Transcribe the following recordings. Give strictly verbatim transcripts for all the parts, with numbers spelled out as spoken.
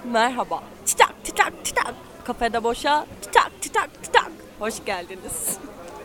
Merhaba. Titak titak titak. Kafede boşa. Titak titak titak. Hoş geldiniz.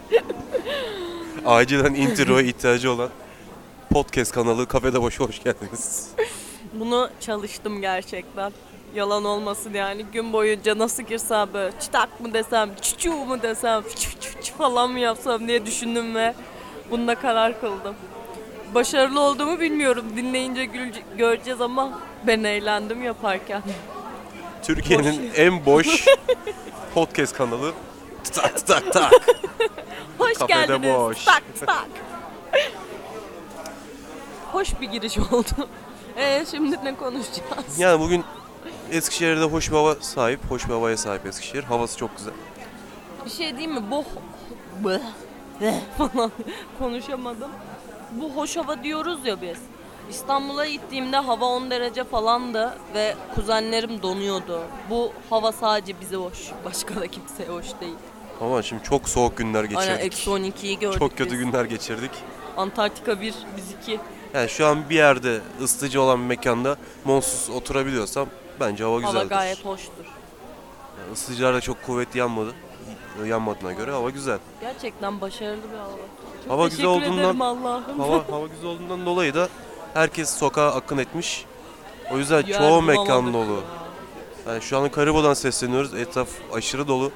Acilen introya ihtiyacı olan podcast kanalı Kafede Boş'a hoş geldiniz. Bunu çalıştım gerçekten. Yalan olmasın yani. Gün boyunca nasıl girsem böyle çıtak mı desem, çuçu mu desem, çu çu çu falan mı yapsam diye düşündüm ve bunda karar kıldım. Başarılı olduğumu bilmiyorum. Dinleyince gülce- göreceğiz ama ben eğlendim yaparken. Türkiye'nin Boş. en boş podcast kanalı. Tak tak tak. Hoş Kafede geldiniz. boş. Tak tak. Hoş bir giriş oldu. Ee, şimdi ne konuşacağız? Yani bugün Eskişehir'de hoş bir hava sahip. Hoş bir havaya sahip Eskişehir. Havası çok güzel. Bir şey diyeyim mi? Bu Bleh, bleh falan konuşamadım. Bu hoş hava diyoruz ya biz. İstanbul'a gittiğimde hava on derece falandı ve kuzenlerim donuyordu. Bu hava sadece bize hoş. Başka da kimseye hoş değil. Ama şimdi çok soğuk günler geçirdik. Aynen eksi on ikiyi gördük Çok kötü biz. günler geçirdik. Antarktika bir, biz iki. Yani şu an bir yerde ısıtıcı olan bir mekanda monsuz oturabiliyorsam bence hava güzeldir. Hava gayet hoştur. Yani ısıtıcılar da çok kuvvetli yanmadı. Yanmadığına göre hava güzel. Gerçekten başarılı bir hava. Çok Hava teşekkür güzel olduğundan- ederim Allah'ım. Hava hava güzel olduğundan dolayı da herkes sokağa akın etmiş. O yüzden Yer çoğu mekan bulamadık dolu. ya. Yani şu an Karabağ'dan sesleniyoruz. Etraf aşırı dolu.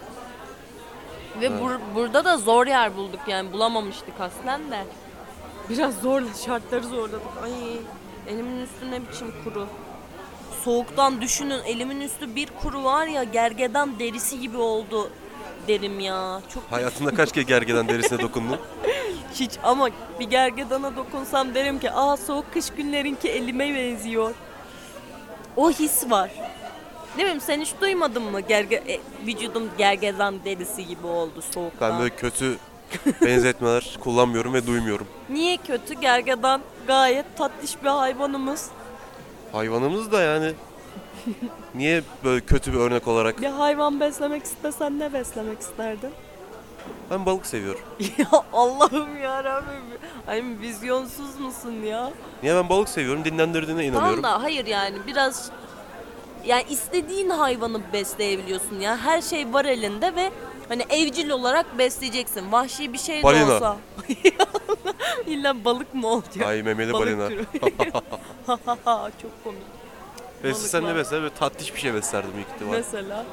Ve bur- burada da zor yer bulduk yani bulamamıştık aslen de. Biraz zorla şartları zorladık. Ay elimin üstü ne biçim kuru. Soğuktan düşünün elimin üstü bir kuru var ya gergedan derisi gibi oldu derim ya. Çok Hayatında kaç kere gergedan derisine dokundun? hiç ama bir gergedana dokunsam derim ki aa soğuk kış günlerinki elime benziyor. O his var. Ne bileyim sen hiç duymadın mı? Gerge e, vücudum gergedan derisi gibi oldu soğuktan. Ben böyle kötü benzetmeler kullanmıyorum ve duymuyorum. Niye kötü? Gergedan gayet tatlış bir hayvanımız. Hayvanımız da yani niye böyle kötü bir örnek olarak? Bir hayvan beslemek istesen ne beslemek isterdin? Ben balık seviyorum. Ya Allah'ım yarabbim. Ay vizyonsuz musun ya? Niye ben balık seviyorum? Dinlendirdiğine inanıyorum. Tamam da hayır yani biraz yani istediğin hayvanı besleyebiliyorsun ya. Her şey var elinde ve hani evcil olarak besleyeceksin. Vahşi bir şey de Balina. olsa. İlla balık mı olacak? Ay memeli Balık balina. türü. Çok komik. Beslesen ne balıklar. besler? Böyle tatlış bir şey beslerdim büyük ihtimal. Mesela.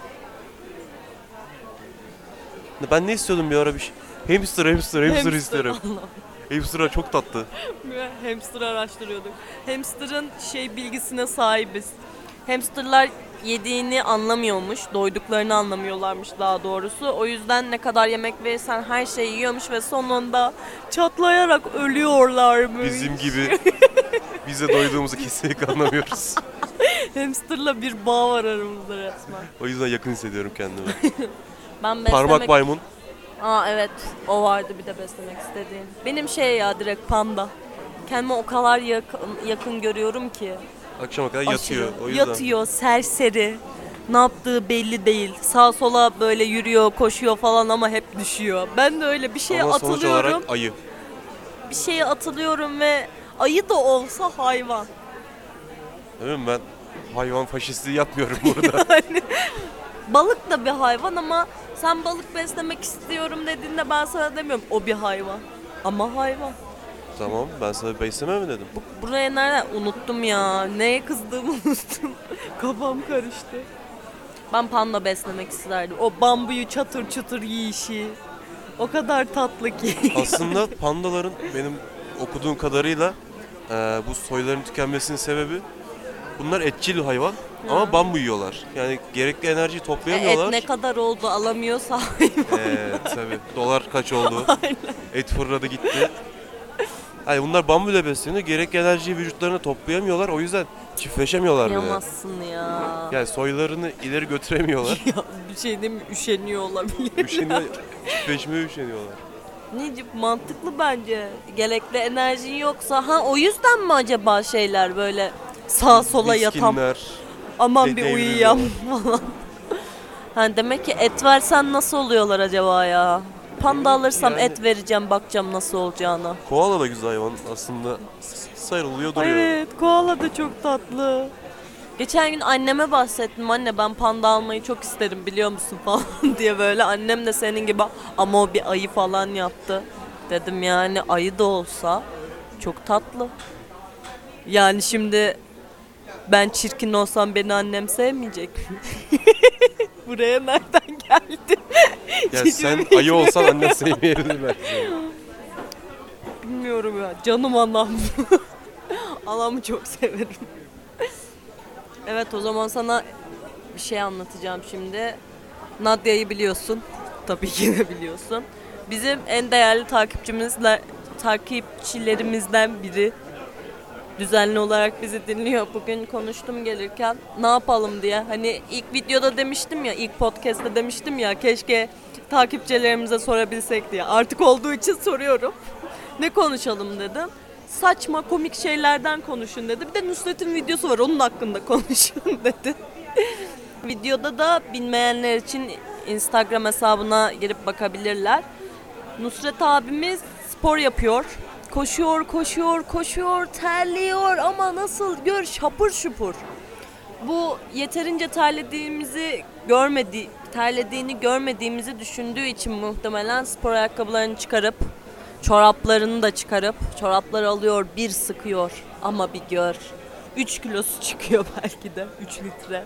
Ben ne istiyordum bir ara bir şey? Hamster, hamster, hamster, Hamster, isterim. Hamster'a çok tatlı. Hamster araştırıyorduk. Hamster'ın şey bilgisine sahibiz. Hamsterlar yediğini anlamıyormuş, doyduklarını anlamıyorlarmış daha doğrusu. O yüzden ne kadar yemek verirsen her şeyi yiyormuş ve sonunda çatlayarak ölüyorlarmış. Bizim gibi bize doyduğumuzu kesinlikle anlamıyoruz. Hamster'la bir bağ var aramızda resmen. O yüzden yakın hissediyorum kendimi. Ben beslemek... Parmak maymun. Aa evet, o vardı bir de beslemek istediğim. Benim şey ya direkt panda. Kendime o kadar yakın, yakın görüyorum ki. Akşama kadar Aşırı. yatıyor. O yüzden. Yatıyor, serseri. Ne yaptığı belli değil. Sağa sola böyle yürüyor, koşuyor falan ama hep düşüyor. Ben de öyle bir şeye Ama sonuç atılıyorum. olarak ayı. Bir şeye atılıyorum ve ayı da olsa hayvan. Değil mi? Ben hayvan faşistliği yapmıyorum burada. Balık da bir hayvan ama sen balık beslemek istiyorum dediğinde ben sana demiyorum o bir hayvan. Ama hayvan. Tamam, ben sana besleme mi dedim? Bu, buraya nereden? Unuttum ya. Neye kızdığımı unuttum. Kafam karıştı. Ben panda beslemek isterdim. O bambuyu çatır çatır yiyişi. O kadar tatlı ki. Aslında pandaların benim okuduğum kadarıyla e, bu soyların tükenmesinin sebebi bunlar etçil hayvan ama bambu yiyorlar. Yani gerekli enerjiyi Et toplayamıyorlar. ne kadar oldu alamıyorsa. Evet tabii. Dolar kaç oldu? Et fırladı gitti. Yani bunlar bambuyla besleniyor. Gerekli enerjiyi vücutlarına toplayamıyorlar. O yüzden çiftleşemiyorlar bile. Yamazsın ya. Yani soylarını ileri götüremiyorlar. Ya bir şey değil mi? Üşeniyor olabilir. Üşeniyor, çiftleşmeye üşeniyorlar. Necip mantıklı bence. Gerekli enerjin yoksa ha o yüzden mi acaba şeyler böyle sağa sola yatam Miskinler. aman de- bir devriliyorlar. uyuyam falan. Ha demek ki et versen nasıl oluyorlar acaba ya? Panda alırsam Yani- et vereceğim bakacağım nasıl olacağına. Koala da güzel hayvan aslında. Sarılıyor duruyor. Evet koala da çok tatlı. Geçen gün anneme bahsettim. Anne ben panda almayı çok isterim biliyor musun falan diye böyle. Annem de senin gibi ama o bir ayı falan yaptı. Dedim yani ayı da olsa çok tatlı. Yani şimdi ben çirkin olsam beni annem sevmeyecek mi? Buraya nereden geldin? Ya Hiç sen bilmiyorum. ayı olsan annen sevmeyebilir belki. Bilmiyorum ya. Canım anam. Anamı çok severim. Evet o zaman sana bir şey anlatacağım şimdi. Nadia'yı biliyorsun. Tabii ki de biliyorsun. Bizim en değerli takipçimizle takipçilerimizden biri. Düzenli olarak bizi dinliyor. Bugün konuştum gelirken ne yapalım diye. Hani ilk videoda demiştim ya, ilk podcast'te demiştim ya keşke takipçilerimize sorabilsek diye. Artık olduğu için soruyorum. Ne konuşalım dedim. Saçma komik şeylerden konuşun dedi. Bir de Nusret'in videosu var onun hakkında konuşun dedi. Videoda da bilmeyenler için Instagram hesabına girip bakabilirler. Nusret abimiz spor yapıyor. Koşuyor, koşuyor, koşuyor, terliyor ama nasıl gör şapur şupur. Bu yeterince terlediğimizi görmedi, terlediğini görmediğimizi düşündüğü için muhtemelen spor ayakkabılarını çıkarıp çoraplarını da çıkarıp çorapları alıyor bir sıkıyor ama bir gör. üç kilosu çıkıyor belki de üç litre.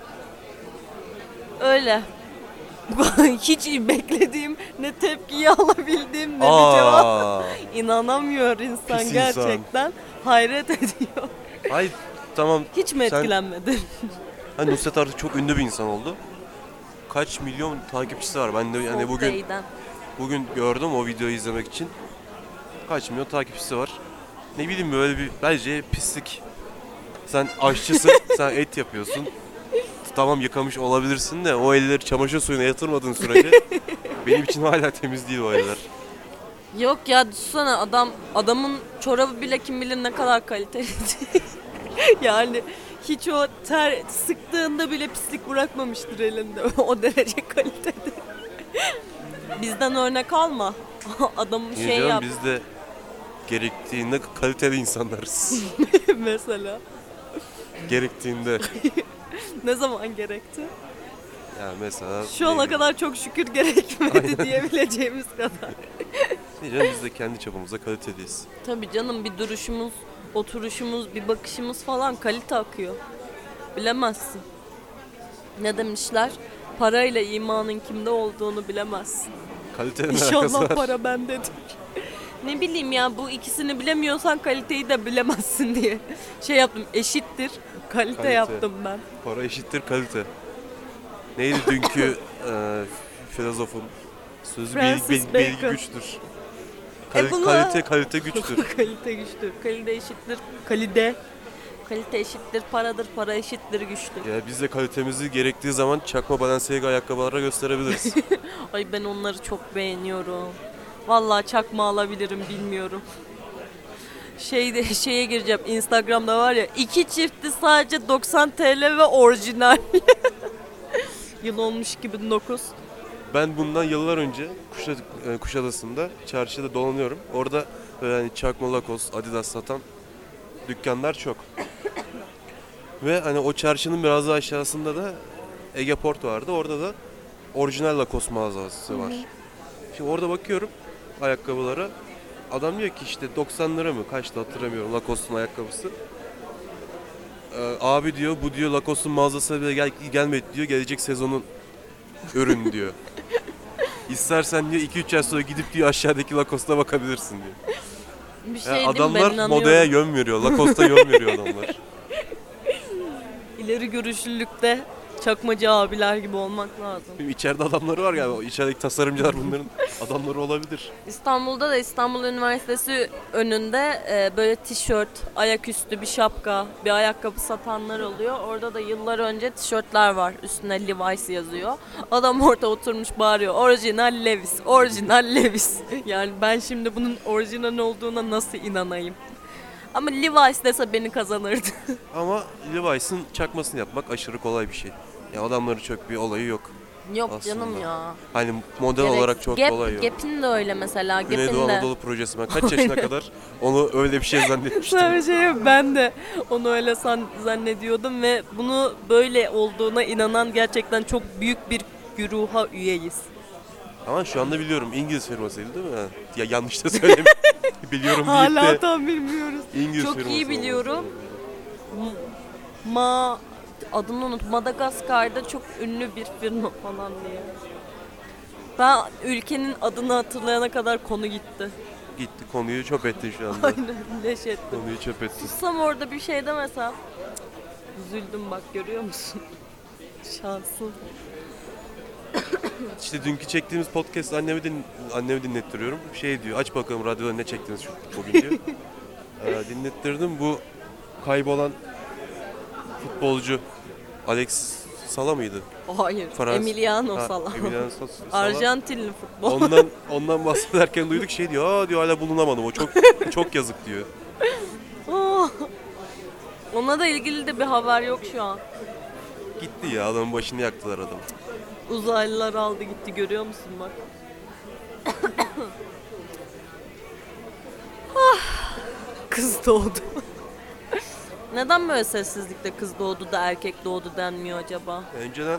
Öyle. Hiç beklediğim ne tepkiyi alabildiğim ne bir cevap. Aa, İnanamıyor insan Pis insan. gerçekten. Hayret ediyor. Ay tamam. Hiç mi Sen- etkilenmedin? Hani Nusret artık çok ünlü bir insan oldu. Kaç milyon takipçisi var. Ben de yani bugün Software'den. bugün gördüm o videoyu izlemek için. Kaç milyon takipçisi var. Ne bileyim böyle bir bence pislik. Sen aşçısın, sen et yapıyorsun. Tamam yıkamış olabilirsin de o elleri çamaşır suyuna yatırmadığın sürece benim için hala temiz değil o eller. Yok ya düşünsene adam adamın çorabı bile kim bilir ne kadar kaliteli. Yani hiç o ter sıktığında bile pislik bırakmamıştır elinde. O derece kaliteli. Bizden örnek alma. Adamın şey Diyeceğim yap biz de gerektiğinde kaliteli insanlarız. mesela. Gerektiğinde. Ne zaman gerekti? Ya mesela. Şu ana ne kadar çok şükür gerekmedi diyebileceğimiz kadar. Diyeceğim biz de kendi çapımızda kaliteliyiz. Tabii canım bir duruşumuz, oturuşumuz, bir bakışımız falan kalite akıyor. Bilemezsin. Ne demişler? Parayla imanın kimde olduğunu bilemezsin. Kalitenin alakası İnşallah var. para bendedir. Ne bileyim ya bu ikisini bilemiyorsan kaliteyi de bilemezsin diye. Şey yaptım eşittir. Kalite, Kalite. yaptım ben. Para eşittir kalite. Neydi dünkü e, filozofun sözü bil, Francis bil- bilgi Bacon. güçtür. Kal- E bunu- Kalite kalite güçtür. Kalite güçtür. Kalite eşittir. Kalite. Kalite eşittir paradır. Para eşittir güçtür. Ya biz de kalitemizi gerektiği zaman çakma Balenciaga ayakkabılara gösterebiliriz. Ay ben onları çok beğeniyorum. Vallahi çakma alabilirim bilmiyorum. Şeyde şeye gireceğim. Instagram'da var ya iki çifti sadece doksan T L ve orijinal. Yıl olmuş iki bin dokuz. Ben bundan yıllar önce Kuşa, e, Kuşadası'nda çarşıda dolanıyorum. Orada böyle hani çakma Lacoste, Adidas satan dükkanlar çok. Ve hani o çarşının biraz daha aşağısında da Ege Port vardı. Orada da orijinal Lacoste mağazası var. Şimdi orada bakıyorum ayakkabılara. Adam diyor ki işte doksan lira mı? Kaçtı hatırlamıyorum Lacoste'un ayakkabısı. Ee, abi diyor bu diyor Lacoste'un mağazasına bile gel gelmedi diyor. Gelecek sezonun ürünü diyor. İstersen diyor iki üç ay sonra gidip diyor aşağıdaki Lacoste'a bakabilirsin diyor. Bir şey Yani diyeyim mi? Ben adamlar inanıyorum. modaya yön veriyor. Lacoste'a yön veriyor adamlar. İleri görüşlülükte çakmacı abiler gibi olmak lazım. Şimdi içeride adamları var galiba. İçerideki tasarımcılar bunların adamları olabilir. İstanbul'da da İstanbul Üniversitesi önünde e, böyle tişört, ayaküstü bir şapka, bir ayakkabı satanlar oluyor. Orada da yıllar önce tişörtler var. Üstüne Levi's yazıyor. Adam orada oturmuş bağırıyor. Orijinal Levi's, orijinal Levi's. Yani ben şimdi bunun orijinal olduğuna nasıl inanayım? Ama Levi's dese beni kazanırdı. Ama Levi's'ın çakmasını yapmak aşırı kolay bir şey. Ya adamların çok bir olayı yok. Yok aslında. canım ya. Hani model Gerek- olarak çok Gap, kolay yok. Gap'in de öyle mesela. Güneydoğu Gap'in de. Anadolu projesi. Ben kaç yaşına kadar onu öyle bir şey zannetmiştim. Sana bir şey yok. Ben de onu öyle san- zannediyordum ve bunu böyle olduğuna inanan gerçekten çok büyük bir güruha üyeyiz. Ama şu anda biliyorum İngiliz firmasıydı değil mi? Ya yanlış da söyleyeyim. Biliyorum deyip Hala de tam bilmiyoruz. İngiliz Çok firması iyi olması biliyorum. lazım. Ma adını unut. Madagaskar'da çok ünlü bir firma falan diye. Ben ülkenin adını hatırlayana kadar konu gitti. Gitti konuyu çöp ettin şu anda. Aynen leş ettim. Konuyu çöp ettin. Sussam orada bir şey demesem. Cık, üzüldüm bak görüyor musun? Şansın. İşte dünkü çektiğimiz podcast annemi, din, annemi dinlettiriyorum. Şey diyor, aç bakalım radyoda ne çektiniz şu bugün diyor. ee, dinlettirdim. Bu kaybolan futbolcu Alexis Sala mıydı? Hayır. Frans- Emiliano Ha, Sala. Emiliano Sala. Arjantinli futbol. Ondan ondan bahsederken duyduk şey diyor. Aa diyor hala bulunamadı. O çok çok yazık diyor. Oh. Ona da ilgili de bir haber yok şu an. Gitti ya adamın başını yaktılar adam. Uzaylılar aldı gitti görüyor musun bak. Ah, kız doğdu. Neden böyle sessizlikte kız doğdu da erkek doğdu denmiyor acaba? Önceden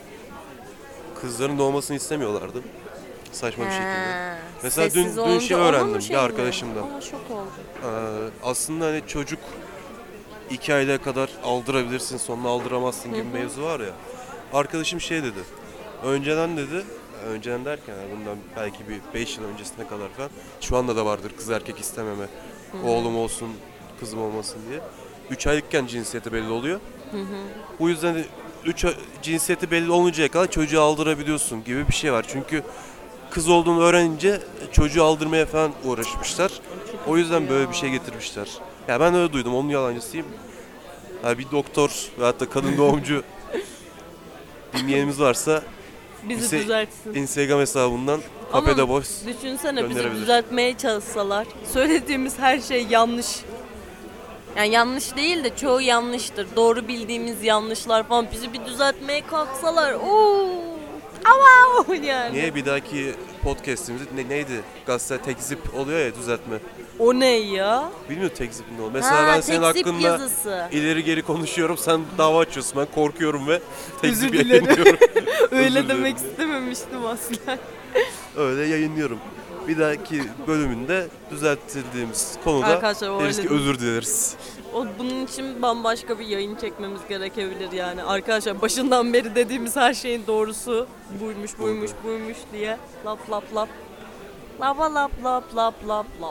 kızların doğmasını istemiyorlardı. Saçma bir şekilde. He, Mesela sessiz dün dün olunca şey onun mu öğrendim şey bir mi? arkadaşımdan. Aa şok oldum. Ee, aslında hani çocuk iki aylığa kadar aldırabilirsin sonra aldıramazsın gibi bir mevzu var ya. Arkadaşım şey dedi. Önceden dedi, önceden derken yani bundan belki bir beş yıl öncesine kadar falan. Şu anda da vardır kız erkek istememe. Oğlum olsun, kızım olmasın diye. üç aylıkken cinsiyeti belli oluyor. Bu yüzden üç cinsiyeti belli oluncaya kadar çocuğu aldırabiliyorsun gibi bir şey var. Çünkü kız olduğunu öğrenince çocuğu aldırmaya falan uğraşmışlar. O yüzden böyle bir şey getirmişler. Ya ben öyle duydum, onun yalancısıyım. Ya bir doktor ve hatta kadın doğumcu dinleyenimiz varsa Bizi Inse- düzeltsin. Instagram hesabından Ama Kafede Boys düşünsene bizi gönderebilir. düzeltmeye çalışsalar. Söylediğimiz her şey yanlış. Yani yanlış değil de çoğu yanlıştır. Doğru bildiğimiz yanlışlar falan bizi bir düzeltmeye kalksalar. Oo! Ama yani. Niye bir dahaki podcast'imizde ne, neydi? Gazete tekzip oluyor ya düzeltme. O ne ya? Bilmiyorum tekzip ne oluyor. Mesela Ha, ben senin tekzip hakkında yazısı. ileri geri konuşuyorum, sen dava açıyorsun. Ben korkuyorum ve tekzip Özür dilerim. yayınlıyorum. Öyle Özür demek dilerim. istememiştim aslında. Öyle yayınlıyorum. Bir dahaki bölümünde düzeltildiğimiz konuda Arkadaşlar, o deriz öyle ki değil. özür dileriz. O bunun için bambaşka bir yayın çekmemiz gerekebilir yani. Arkadaşlar başından beri dediğimiz her şeyin doğrusu buymuş buymuş buymuş diye lap lap lap. Lapa lap lap lap lap lap.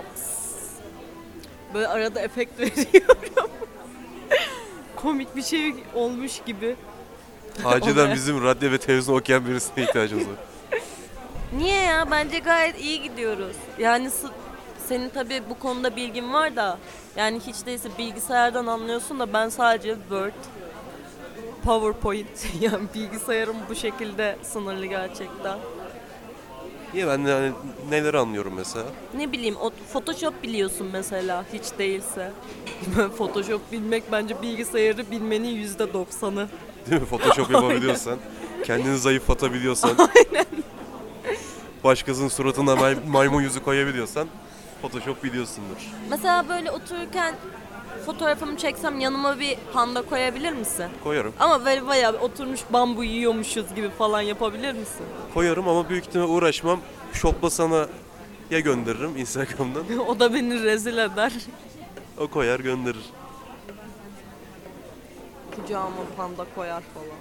Böyle arada efekt veriyorum. Komik bir şey olmuş gibi. Acilen Olay. bizim radyo ve televizyon okuyan birisine ihtiyacımız var. Niye ya? Bence gayet iyi gidiyoruz. Yani sı- senin tabii bu konuda bilgin var da yani hiç değilse bilgisayardan anlıyorsun da ben sadece Word, PowerPoint yani bilgisayarım bu şekilde sınırlı gerçekten. Niye ben de hani neleri anlıyorum mesela? Ne bileyim o Photoshop biliyorsun mesela hiç değilse. Photoshop bilmek bence bilgisayarı bilmenin yüzde doksanı. Değil mi? Photoshop yapabiliyorsan, kendini zayıf atabiliyorsan, başkasının suratına may- maymun yüzü koyabiliyorsan Photoshop biliyorsundur. Mesela böyle otururken fotoğrafımı çeksem yanıma bir panda koyabilir misin? Koyarım. Ama böyle bayağı bir oturmuş bambu yiyormuşuz gibi falan yapabilir misin? Koyarım ama büyük ihtimalle uğraşmam. Shopla sana ya gönderirim Instagram'dan. O da beni rezil eder. O koyar gönderir. Kucağıma panda koyar falan.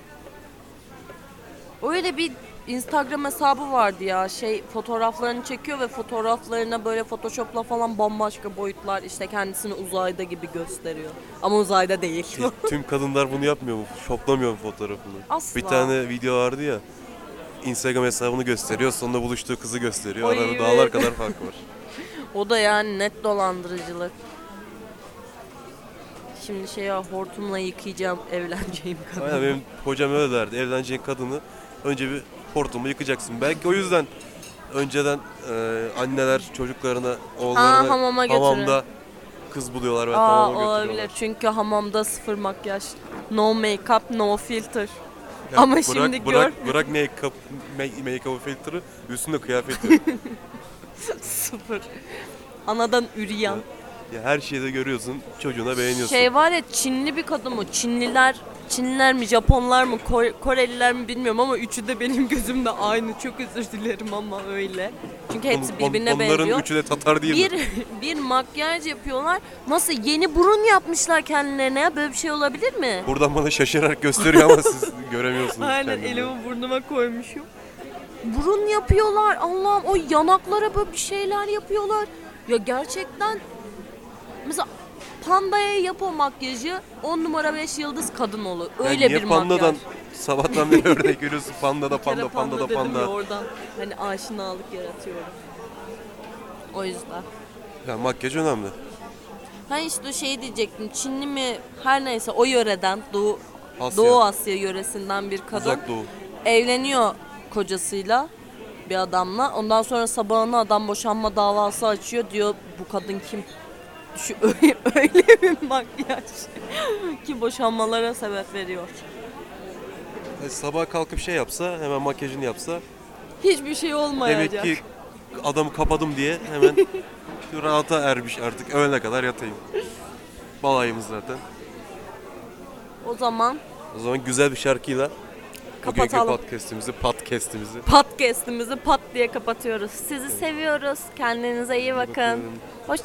Öyle bir Instagram hesabı vardı ya şey fotoğraflarını çekiyor ve fotoğraflarına böyle Photoshop'la falan bambaşka boyutlar işte kendisini uzayda gibi gösteriyor. Ama uzayda değil. Tüm kadınlar bunu yapmıyor mu? Shoplamıyor mu fotoğrafını? Asla. Bir tane video vardı ya. Instagram hesabını gösteriyor, sonunda buluştuğu kızı gösteriyor. Oy, Arada evet. dağlar kadar fark var. O da yani net dolandırıcılık. Şimdi şey ya hortumla yıkayacağım evleneceğim kadın. Aynen benim hocam öyle derdi. Evleneceğin kadını önce bir hortumla yıkacaksın. Belki o yüzden önceden e, anneler çocuklarına, oğullarına hamama götürün. hamamda kız buluyorlar ve Aa, hamama olabilir götürüyorlar. çünkü hamamda sıfır makyaj. No make-up, no filter. Ya Ama bırak, şimdi gör. bırak, bırak make-up, make- make-up filtre, üstünde kıyafet yok. Sıfır. Anadan üreyen. Ya her şeyde görüyorsun, çocuğuna beğeniyorsun. Şey var ya, Çinli bir kadın mı? Çinliler, Çinliler mi, Japonlar mı, Kore- Koreliler mi bilmiyorum ama üçü de benim gözümde aynı. Çok özür dilerim ama öyle. Çünkü hepsi On- birbirine on- Onların benziyor. üçü de Tatar değil Bir mi? bir makyaj yapıyorlar. Nasıl yeni burun yapmışlar kendilerine ya? Böyle bir şey olabilir mi? Buradan bana şaşırarak gösteriyor ama siz göremiyorsunuz. Aynen, kendini. elimi burnuma koymuşum. Burun yapıyorlar. Allah'ım, o yanaklara böyle bir şeyler yapıyorlar. Ya gerçekten mesela pandaya yap o makyajı, on numara beş yıldız kadın olur. Ya Öyle niye bir pandadan makyaj. sabahtan beri örnek veriyorsun? Panda da Bir kere panda, panda da dedim ya, panda. oradan hani aşinalık yaratıyorum. O yüzden. Ya makyaj önemli. Ha işte şey diyecektim. Çinli mi her neyse o yöreden, Doğu Asya. Doğu Asya yöresinden bir kadın Uzak Doğu. evleniyor kocasıyla, bir adamla. Ondan sonra sabahına adam boşanma davası açıyor. Diyor bu kadın kim? Şu öyle, öyle bir makyaj ki boşanmalara sebep veriyor. E, sabah kalkıp şey yapsa, hemen makyajını yapsa, Hiçbir şey olmayacak. demek ki adamı kapadım diye hemen şu rahata ermiş artık. Öğlene kadar yatayım. Balayımız zaten. O zaman O zaman güzel bir şarkıyla bugünkü kapatalım. podcast'imizi, podcast'imizi Podcast'imizi pat diye kapatıyoruz. Sizi seviyoruz. Kendinize iyi bakın. Bakın. Hoşça